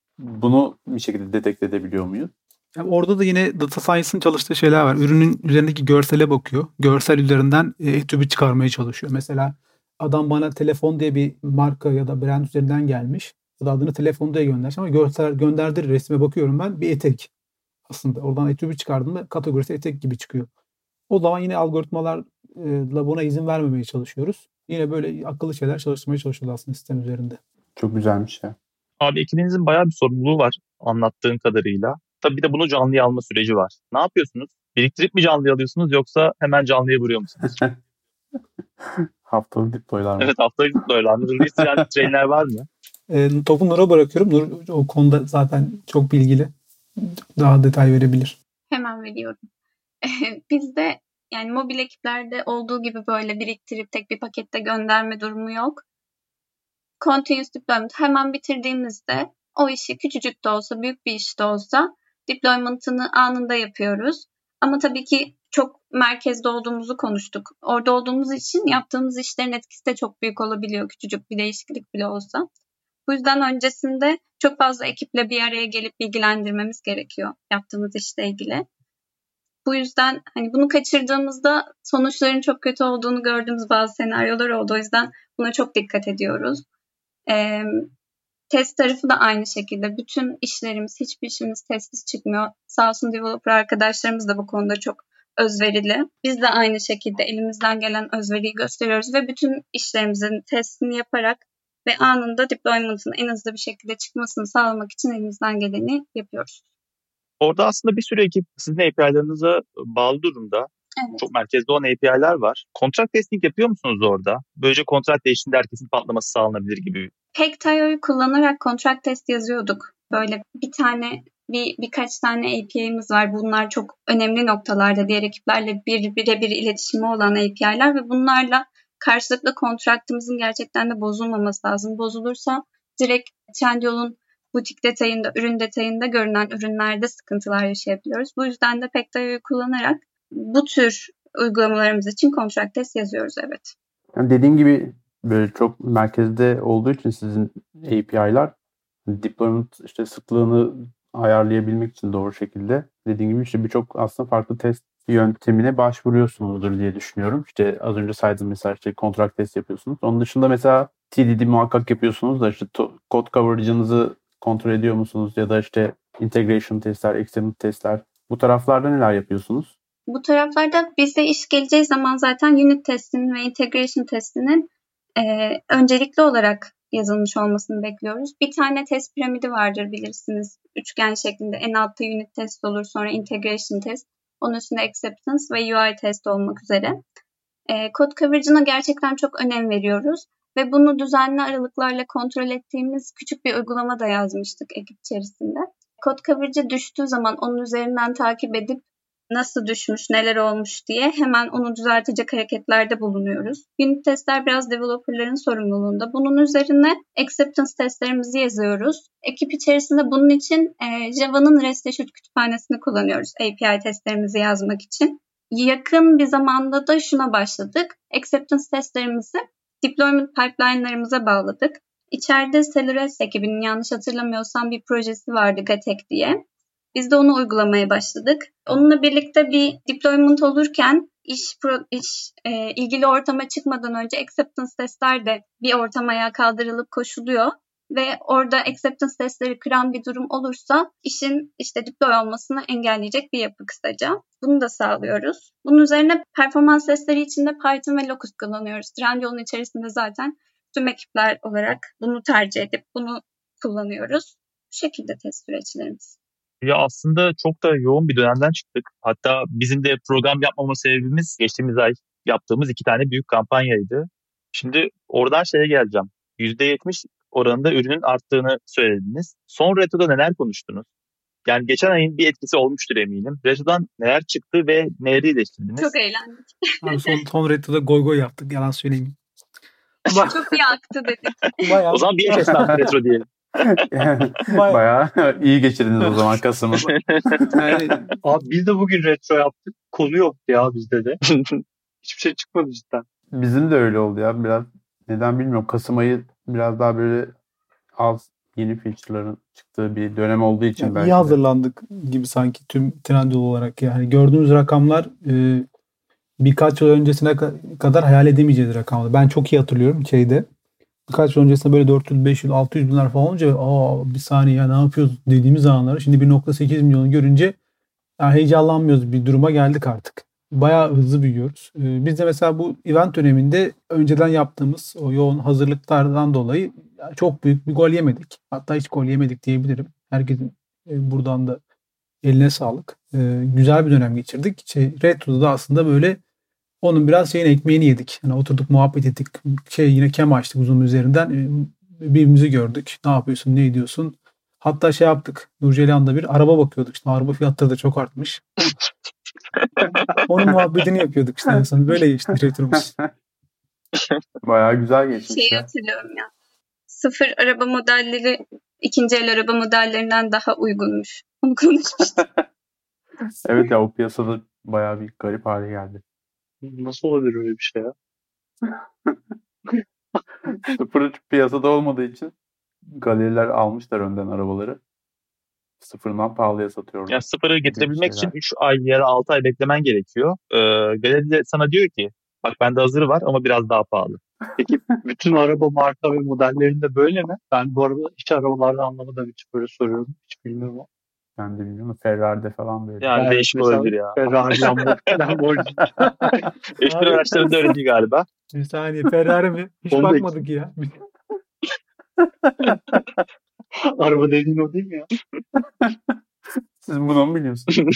Bunu bir şekilde detekte edebiliyor muyuz? Yani orada da yine data science'ın çalıştığı şeyler var. Ürünün üzerindeki görsele bakıyor. Görsel üzerinden e, attribute çıkarmaya çalışıyor. Mesela adam bana telefon diye bir marka ya da brand üzerinden gelmiş. Ya da adını telefon diye göndermiş ama görsel gönderdiği resme bakıyorum ben bir etek. Aslında oradan attribute çıkardığımda kategorisi etek gibi çıkıyor. O zaman yine algoritmalarla buna izin vermemeye çalışıyoruz. Yine böyle akıllı şeyler çalıştırmaya çalışıyoruz aslında sistem üzerinde. Çok güzelmiş ya. Abi ekibinizin bayağı bir sorumluluğu var anlattığın kadarıyla. Tabii bir de bunu canlıya alma süreci var. Ne yapıyorsunuz? Biriktirip mi canlıya alıyorsunuz yoksa hemen canlıya vuruyor musunuz? Haftalık deploylar mı? Evet haftalık deploylar. Hızlı isteyen trainler var mı? E, topu Nur'a bırakıyorum. Nur o konuda zaten çok bilgili. Daha detay verebilir. Hemen veriyorum. Bizde yani mobil ekiplerde olduğu gibi böyle biriktirip tek bir pakette gönderme durumu yok. Continuous deployment hemen bitirdiğimizde o işi küçücük de olsa büyük bir iş de olsa deployment'ını anında yapıyoruz. Ama tabii ki çok merkezde olduğumuzu konuştuk. Orada olduğumuz için yaptığımız işlerin etkisi de çok büyük olabiliyor küçücük bir değişiklik bile olsa. Bu yüzden öncesinde çok fazla ekiple bir araya gelip bilgilendirmemiz gerekiyor yaptığımız işle ilgili. Bu yüzden hani bunu kaçırdığımızda sonuçların çok kötü olduğunu gördüğümüz bazı senaryolar oldu. O yüzden buna çok dikkat ediyoruz. Ee, test tarafı da aynı şekilde. Bütün işlerimiz, hiçbir işimiz testsiz çıkmıyor. Sağ olsun developer arkadaşlarımız da bu konuda çok özverili. Biz de aynı şekilde elimizden gelen özveriyi gösteriyoruz ve bütün işlerimizin testini yaparak ve anında deployment'ın en hızlı bir şekilde çıkmasını sağlamak için elimizden geleni yapıyoruz. Orada aslında bir sürü ekip sizin A P I'larınıza bağlı durumda. Evet. Çok merkezde olan A P I'lar var. Kontrat testing yapıyor musunuz orada? Böylece kontrat değiştiğinde herkesin patlaması sağlanabilir gibi. Packtio'yu kullanarak kontrat test yazıyorduk. Böyle bir tane, bir birkaç tane A P I'miz var. Bunlar çok önemli noktalarda diğer ekiplerle bir birebir iletişimi olan A P I'ler ve bunlarla karşılıklı kontraktımızın gerçekten de bozulmaması lazım. Bozulursa direkt Trendyol'un butik detayında, ürün detayında görünen ürünlerde sıkıntılar yaşayabiliyoruz. Bu yüzden de Packtio'yu kullanarak bu tür uygulamalarımız için kontrakt test yazıyoruz, evet. Yani dediğin gibi böyle çok merkezde olduğu için sizin A P I'lar deployment işte sıklığını ayarlayabilmek için doğru şekilde dediğin gibi işte birçok aslında farklı test yöntemine başvuruyorsunuzdur diye düşünüyorum. İşte az önce saydığım mesela işte kontrat test yapıyorsunuz. Onun dışında mesela T D D muhakkak yapıyorsunuz da işte code coverage'ınızı kontrol ediyor musunuz ya da işte integration testler, extended testler bu taraflarda neler yapıyorsunuz? Bu taraflarda bize iş geleceği zaman zaten unit testinin ve integration testinin e, öncelikli olarak yazılmış olmasını bekliyoruz. Bir tane test piramidi vardır bilirsiniz. Üçgen şeklinde en altta unit test olur, sonra integration test, onun üstünde acceptance ve U I test olmak üzere. E, code coverage'ına gerçekten çok önem veriyoruz ve bunu düzenli aralıklarla kontrol ettiğimiz küçük bir uygulama da yazmıştık ekip içerisinde. Code coverage'ı düştüğü zaman onun üzerinden takip edip nasıl düşmüş, neler olmuş diye hemen onu düzeltecek hareketlerde bulunuyoruz. Unit testler biraz developerların sorumluluğunda. Bunun üzerine acceptance testlerimizi yazıyoruz. Ekip içerisinde bunun için e, Java'nın REST Assured kütüphanesini kullanıyoruz A P I testlerimizi yazmak için. Yakın bir zamanda da şuna başladık. Acceptance testlerimizi deployment pipeline'larımıza bağladık. İçeride Celeres ekibinin yanlış hatırlamıyorsam bir projesi vardı, Gatek diye. Biz de onu uygulamaya başladık. Onunla birlikte bir deployment olurken iş, pro, iş e, ilgili ortama çıkmadan önce acceptance testler de bir ortamaya kaldırılıp koşuluyor. Ve orada acceptance testleri kıran bir durum olursa işin işte deploy olmasını engelleyecek bir yapı kısaca. Bunu da sağlıyoruz. Bunun üzerine performans testleri için de Python ve Locust kullanıyoruz. Trendyol'un içerisinde zaten tüm ekipler olarak bunu tercih edip bunu kullanıyoruz. Bu şekilde test süreçlerimiz. Ya aslında çok da yoğun bir dönemden çıktık. Hatta bizim de program yapmama sebebimiz geçtiğimiz ay yaptığımız iki tane büyük kampanyaydı. Şimdi oradan şeye geleceğim. yüzde yetmiş oranında ürünün arttığını söylediniz. Son retroda neler konuştunuz? Yani geçen ayın bir etkisi olmuştur eminim. Retrodan neler çıktı ve neleri iyileştirdiniz? Çok eğlendik. Abi son, son retroda goy goy yaptık. Yalan söyleyeyim. Çok iyi aktı dedik. Bayağı... O zaman bir esnaf retro diyelim. Bayağı... Bayağı iyi geçirdiniz o zaman Kasım'ı. Yani, abi biz de bugün retro yaptık. Konu yoktu ya bizde de. Hiçbir şey çıkmadı cidden. Bizim de öyle oldu ya. Biraz neden bilmiyorum. Kasım ayı biraz daha böyle az yeni feature'ların çıktığı bir dönem olduğu için yani belki. İyi hazırlandık gibi sanki tüm Trendyol olarak. Yani gördüğümüz rakamlar e, birkaç yıl öncesine kadar hayal edemeyeceğiz rakamlar. Ben çok iyi hatırlıyorum şeyde. Birkaç yıl öncesinde böyle dört yüz, beş yüz, altı yüz binler falan olunca aa bir saniye ya ne yapıyoruz dediğimiz zamanları şimdi bir nokta sekiz milyonu görünce yani heyecanlanmıyoruz, bir duruma geldik artık. Bayağı hızlı büyüyoruz. Ee, biz de mesela bu event döneminde önceden yaptığımız o yoğun hazırlıklardan dolayı çok büyük bir gol yemedik. Hatta hiç gol yemedik diyebilirim. Herkesin e, buradan da eline sağlık. Ee, güzel bir dönem geçirdik. Şey, Retro'da da aslında böyle onun biraz şeyin ekmeğini yedik. Yani oturduk muhabbet ettik. Şey yine kem açtık uzun üzerinden. birbirimizi gördük. Ne yapıyorsun, ne ediyorsun? Hatta şey yaptık. Nurceylan'da bir araba bakıyorduk. İşte araba fiyatları da çok artmış. Onun muhabbetini yapıyorduk işte en son. Böyle geçti retromuz. Bayağı güzel geçmiş Şeyi ya. hatırlıyorum ya. Sıfır araba modelleri ikinci el araba modellerinden daha uygunmuş. Onu konuşmuştuk. Evet ya, o piyasada bayağı bir garip hale geldi. Nasıl olabilir öyle bir şey ya? Sıfır piyasada olmadığı için galeriler almışlar önden arabaları. Sıfırından pahalıya satıyorlar. Yani sıfırı getirebilmek için şeyler. üç ay ya da altı ay beklemen gerekiyor. Ee, galeri de sana diyor ki bak bende hazırı var ama biraz daha pahalı. Peki bütün araba marka ve modellerinde böyle mi? Ben bu arada hiç arabalarda anlamadım, hiç böyle soruyorum. Hiç bilmiyorum. Ben de bilmiyorum. Ferrari'de falan böyle. Yani Evet, değişik mesela olabilir ya. Ferrari, Lambo- Lamborghini. F bir araçlarında öyle değil galiba. Bir saniye, Ferrari mi? Hiç Onu da bakmadık ya. Araba dediğin o değil mi ya? Siz bunu mu biliyorsunuz?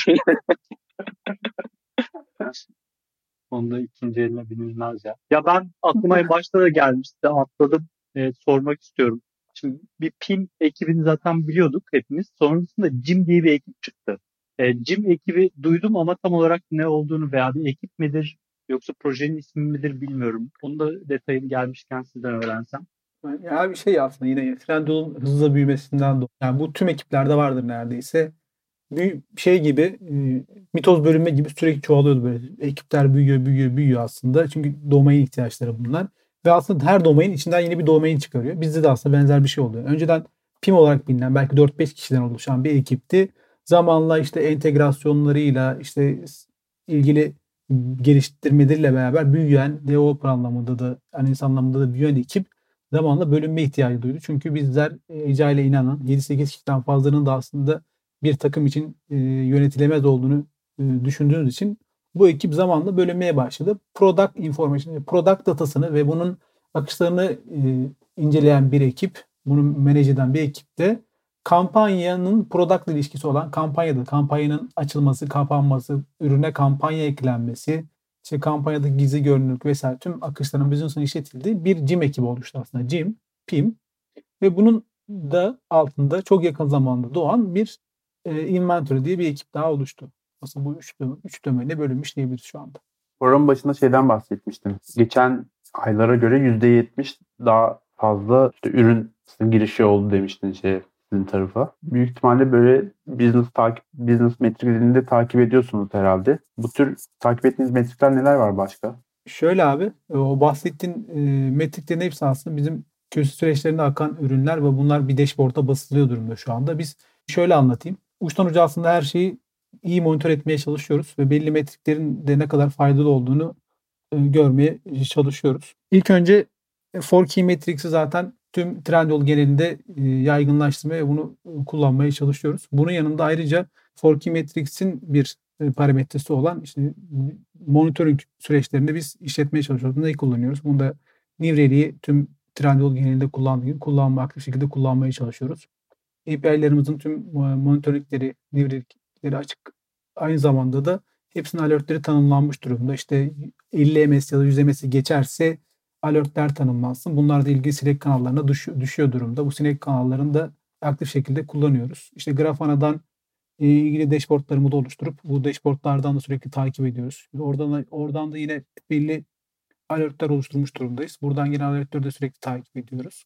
Onda ikinci eline binilmez ya. Ya ben aklıma en başta da gelmişti. Atladım. Evet, sormak istiyorum. Şimdi bir P I M ekibini zaten biliyorduk hepimiz. Sonrasında Jim diye bir ekip çıktı. E, Jim ekibi duydum ama tam olarak ne olduğunu veya bir ekip midir yoksa projenin ismi midir bilmiyorum. Onu da detayını gelmişken sizden öğrensem. Ya bir şey aslında yine Trendyol'un hızla büyümesinden dolayı. Yani bu tüm ekiplerde vardır neredeyse. Bir şey gibi e, mitoz bölünme gibi sürekli çoğalıyordu böyle. Ekipler büyüyor, büyüyor, büyüyor aslında. Çünkü domain ihtiyaçları bunlar. Ve aslında her domain içinden yeni bir domain çıkarıyor. Bizde de aslında benzer bir şey oluyor. Önceden P I M olarak bilinen belki dört beş kişiden oluşan bir ekipti. Zamanla işte entegrasyonlarıyla işte ilgili geliştirmeleriyle beraber büyüyen, developer anlamında da, analiz anlamında da büyüyen ekip zamanla bölünme ihtiyacı duydu. Çünkü bizler e, Agile'e inanan yedi sekiz kişiden fazlanın da aslında bir takım için e, yönetilemez olduğunu e, düşündüğünüz için bu ekip zamanla bölünmeye başladı. Product information, product datasını ve bunun akışlarını e, inceleyen bir ekip, bunu manage eden bir ekip de kampanyanın product ilişkisi olan kampanyada, kampanyanın açılması, kapanması, ürüne kampanya eklenmesi, işte kampanyada gizli görünürlük vesaire tüm akışların business'ın işletildiği bir Jim ekibi oluştu aslında. Jim, P I M ve bunun da altında çok yakın zamanda doğan bir e, inventory diye bir ekip daha oluştu. Aslında bu üç, üç domene bölünmüş diyebiliriz şu anda. Programın başında şeyden bahsetmiştim. Geçen aylara göre yüzde yetmiş daha fazla işte ürün girişi oldu demiştin şey sizin tarafa. Büyük ihtimalle böyle business takip business metriklerini de takip ediyorsunuz herhalde. Bu tür takip ettiğiniz metrikler neler var başka? Şöyle abi, o bahsettiğin e, metriklerin hepsi aslında bizim köşe süreçlerinde akan ürünler ve bunlar bir dashboard'a basılıyor durumda şu anda. Biz şöyle anlatayım. Uçtan uca aslında her şeyi iyi monitör etmeye çalışıyoruz ve belli metriklerin de ne kadar faydalı olduğunu e, görmeye çalışıyoruz. İlk önce four Key Metrics'i zaten tüm Trendyol genelinde e, yaygınlaştırmaya ve bunu e, kullanmaya çalışıyoruz. Bunun yanında ayrıca four Key Metrics'in bir e, parametresi olan işte monitoring süreçlerinde biz işletmeye çalışıyoruz. Neyi kullanıyoruz? Bunda New Ready'yi tüm Trendyol genelinde kullandığı, kullanma, aktif şekilde kullanmaya çalışıyoruz. A P I'lerimizin tüm monitoringleri, New Ready'leri açık. Aynı zamanda da hepsinin alertleri tanımlanmış durumda. İşte elli M S ya da yüz M S'i geçerse alertler tanımlansın. Bunlarla ilgili Slack kanallarına düşüyor, düşüyor durumda. Bu Slack kanallarını da aktif şekilde kullanıyoruz. İşte Grafana'dan ilgili dashboardlarımı da oluşturup bu dashboardlardan da sürekli takip ediyoruz. Oradan da, oradan da yine belli alertler oluşturmuş durumdayız. Buradan yine alertleri de sürekli takip ediyoruz.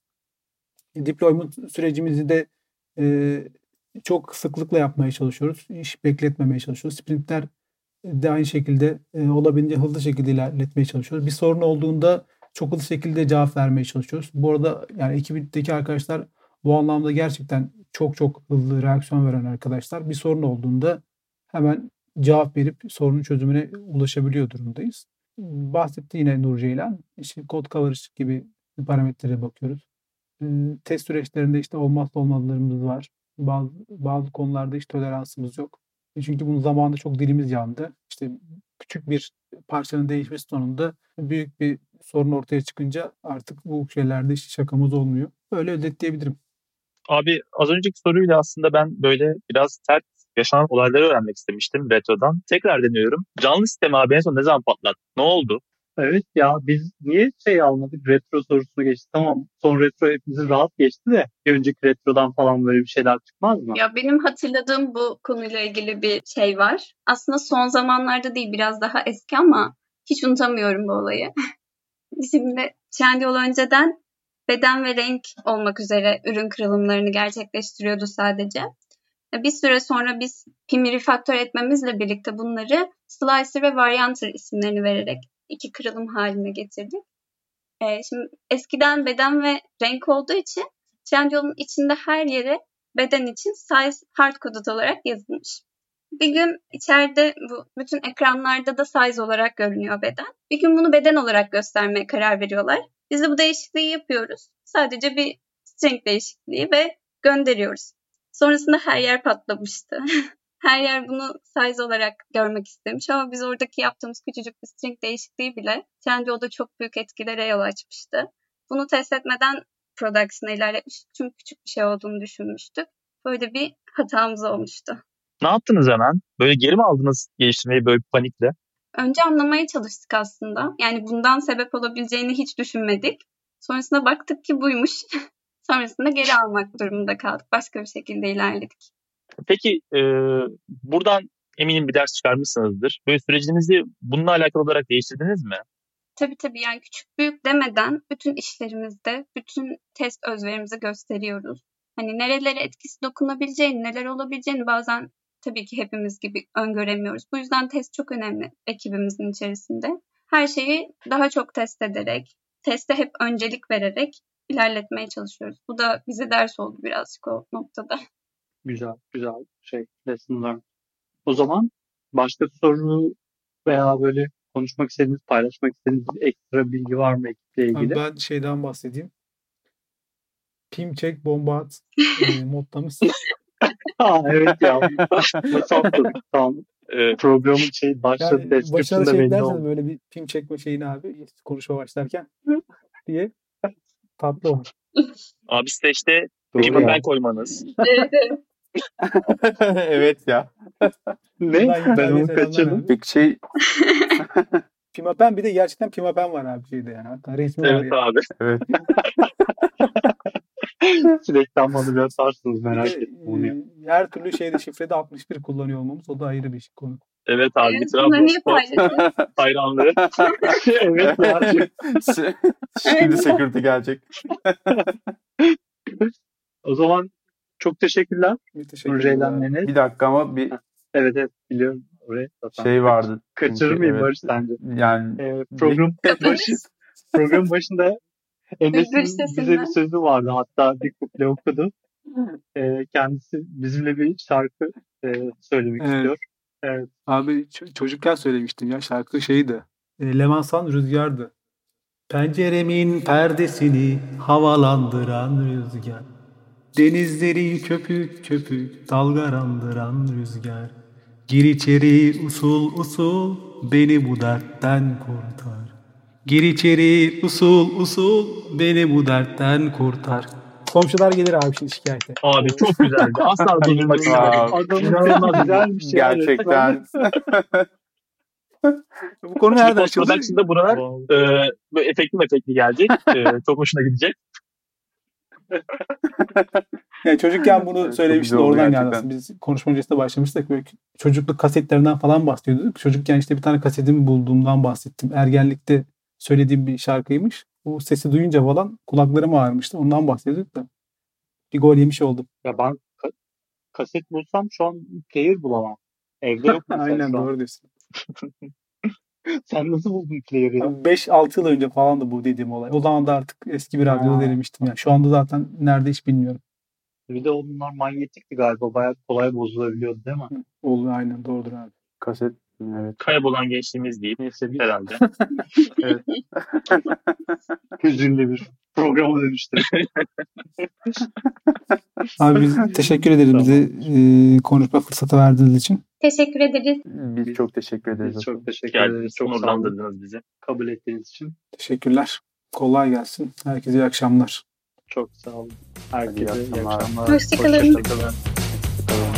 Deployment sürecimizi de e, çok sıklıkla yapmaya çalışıyoruz. İş bekletmemeye çalışıyoruz. Sprintler de aynı şekilde e, olabildiğince hızlı şekilde ilerletmeye çalışıyoruz. Bir sorun olduğunda çok hızlı şekilde cevap vermeye çalışıyoruz. Bu arada yani ekibindeki arkadaşlar bu anlamda gerçekten çok çok hızlı reaksiyon veren arkadaşlar. Bir sorun olduğunda hemen cevap verip sorunun çözümüne ulaşabiliyor durumdayız. Bahsetti yine Nurceylan. İşte code coverage gibi parametrelere bakıyoruz. E, test süreçlerinde işte olmazsa olmazlarımız var. Bazı, bazı konularda hiç toleransımız yok. Çünkü bunun zamanında çok dilimiz yandı. İşte küçük bir parçanın değişmesi sonunda büyük bir sorun ortaya çıkınca artık bu şeylerde hiç şakamız olmuyor. Böyle özetleyebilirim. Abi az önceki soruyla aslında ben böyle biraz sert yaşanan olayları öğrenmek istemiştim retrodan. Tekrar deniyorum. Canlı sistemi abi en son ne zaman patlattı? Ne oldu? Evet ya, biz niye şey almadık? Retro sorusunu geçti. Tamam, son retro hepimizin rahat geçti de bir önceki retrodan falan böyle bir şeyler çıkmaz mı? Ya benim hatırladığım bu konuyla ilgili bir şey var. Aslında son zamanlarda değil, biraz daha eski ama hiç unutamıyorum bu olayı. Şimdi Trendyol önceden beden ve renk olmak üzere ürün kırılımlarını gerçekleştiriyordu sadece. Bir süre sonra biz P I M'i refaktör etmemizle birlikte bunları Slicer ve Varianter isimlerini vererek iki kırılım haline getirdik. Ee, şimdi eskiden beden ve renk olduğu için Trendyol'un içinde her yere beden için size hard-coded olarak yazılmış. Bir gün içeride bu bütün ekranlarda da size olarak görünüyor beden. Bir gün bunu beden olarak göstermeye karar veriyorlar. Biz de bu değişikliği yapıyoruz. Sadece bir string değişikliği ve gönderiyoruz. Sonrasında her yer patlamıştı. Her yer bunu size olarak görmek istemiş ama biz oradaki yaptığımız küçücük bir string değişikliği bile Trendyol'da çok büyük etkilere yol açmıştı. Bunu test etmeden production'a ilerletmiştik çünkü küçük bir şey olduğunu düşünmüştük. Böyle bir hatamız olmuştu. Ne yaptınız hemen? Böyle geri mi aldınız geliştirmeyi böyle bir panikle? Önce anlamaya çalıştık aslında. Yani bundan sebep olabileceğini hiç düşünmedik. Sonrasında baktık ki buymuş. Sonrasında geri almak durumunda kaldık. Başka bir şekilde ilerledik. Peki e, buradan eminim bir ders çıkarmışsınızdır. Böyle sürecinizi bununla alakalı olarak değiştirdiniz mi? Tabii tabii, yani küçük büyük demeden bütün işlerimizde bütün test özverimizi gösteriyoruz. Hani nerelere etkisi dokunabileceğini, neler olabileceğini bazen tabii ki hepimiz gibi öngöremiyoruz. Bu yüzden test çok önemli ekibimizin içerisinde. Her şeyi daha çok test ederek, teste hep öncelik vererek ilerletmeye çalışıyoruz. Bu da bize ders oldu birazcık o noktada. Güzel, güzel şey, lesson learned. O zaman başka soru veya böyle konuşmak istediğiniz, paylaşmak istediğiniz ekstra bilgi var mı ekiple ilgili? Abi ben şeyden bahsedeyim. Pim check bomba at e, modlamışsın. Ha evet ya. Nasıl atladık? Tamam. Ee, programın şey başta Yani başına da description'da şey belli eklerseniz oldu. böyle bir pim çekme şeyini abi konuşma başlarken diye tatlı olur. Abi stage'de Doğru Pima ya. ben koymanız. Evet ya. Ne? Buradan Ben onu İtalya'ya selamlar kaçırdım. abi. Peki şey Pimapen, bir de gerçekten Pimapen var abi şeyde yani. Hatta resmi var Evet ya. abi. evet. Sürekli bana bir atarsınız, Bir merak de ettim onu ya. e, her türlü şeyde şifrede altmış bir kullanıyor olmamız, o da ayrı bir konu. Evet abi. Evet, bunları niye Trabzonspor paylaşıyorsun? hayranlığı. Evet ya. Şimdi security gelecek. O zaman çok teşekkürler. Bir teşekkür Nurceylan ederim. Nenes. Bir dakika ama bir Evet evet biliyorum. Oraya zaten. şey vardı. Kaçırır çünkü, mıyım evet. Barış sence? Yani Ee, program başı, program başında Enes'in Bülbül bize sesinden. bir sözü vardı. Hatta bir kuple okudu. Ee, kendisi bizimle bir şarkı e, söylemek Evet. istiyor. Evet. Abi ç- çocukken söylemiştim ya, şarkı şeydi. E, Levansan Rüzgar'dı. Penceremin perdesini havalandıran rüzgar. Denizleri köpük köpük dalgalandıran rüzgar. Gir içeri usul usul beni bu dertten kurtar. Gir içeri usul usul beni bu dertten kurtar. Komşular gelir abi şimdi şikayete. Abi çok güzeldi. Asla durdurmak istemedim. Wow. Adamın İnanılmaz sesi güzelmiş ya. Gerçekten. Bu konu Şimdi nereden açıldı? post-production'da buralar Wow. e, böyle efektli efektli gelecek. E, çok hoşuna gidecek. Yani çocukken bunu Evet, çok söylemiştim, güzel oldu oradan geldi gerçekten. aslında. Biz konuşma öncesinde başlamıştık. Böyle çocukluk kasetlerinden falan bahsediyorduk. Çocukken işte bir tane kasetimi bulduğumdan bahsettim. Ergenlikte söylediğim bir şarkıymış. Bu sesi duyunca falan kulaklarım ağrımıştı. Ondan bahsediyorduk da. Bir gol yemiş oldum. Ya ben ka- kaset bulsam şu an player bulamam. Evde yok mesela Aynen, şu an. doğru diyorsun. Sen nasıl buldun player'ı ya? beş altı yıl önce falan da bu dediğim olay. O zaman da artık eski bir radyoda Ha. denemiştim. Yani şu anda zaten nerede hiç bilmiyorum. Bir de onlar manyetikti galiba. Bayağı kolay bozulabiliyordu değil mi? Oluyor, aynen, doğrudur abi. Kaset. Evet. Kaybolan gençliğimiz deyip Neyse biz herhalde. evet. Hüzünlü bir programa dönüştük. Abi biz teşekkür ederiz Tamam. bize e, konuşma fırsatı verdiğiniz için. Teşekkür ederiz. Biz çok teşekkür ederiz. Biz çok teşekkür Geldiniz, ederiz. Çok sağ olun. onurlandırdınız bizi. Kabul ettiğiniz için. Teşekkürler. Kolay gelsin. Herkese iyi akşamlar. Çok sağ olun. Hadi iyi Herkese iyi akşamlar. akşamlar. Hoşça kalın. Hoşça kalın.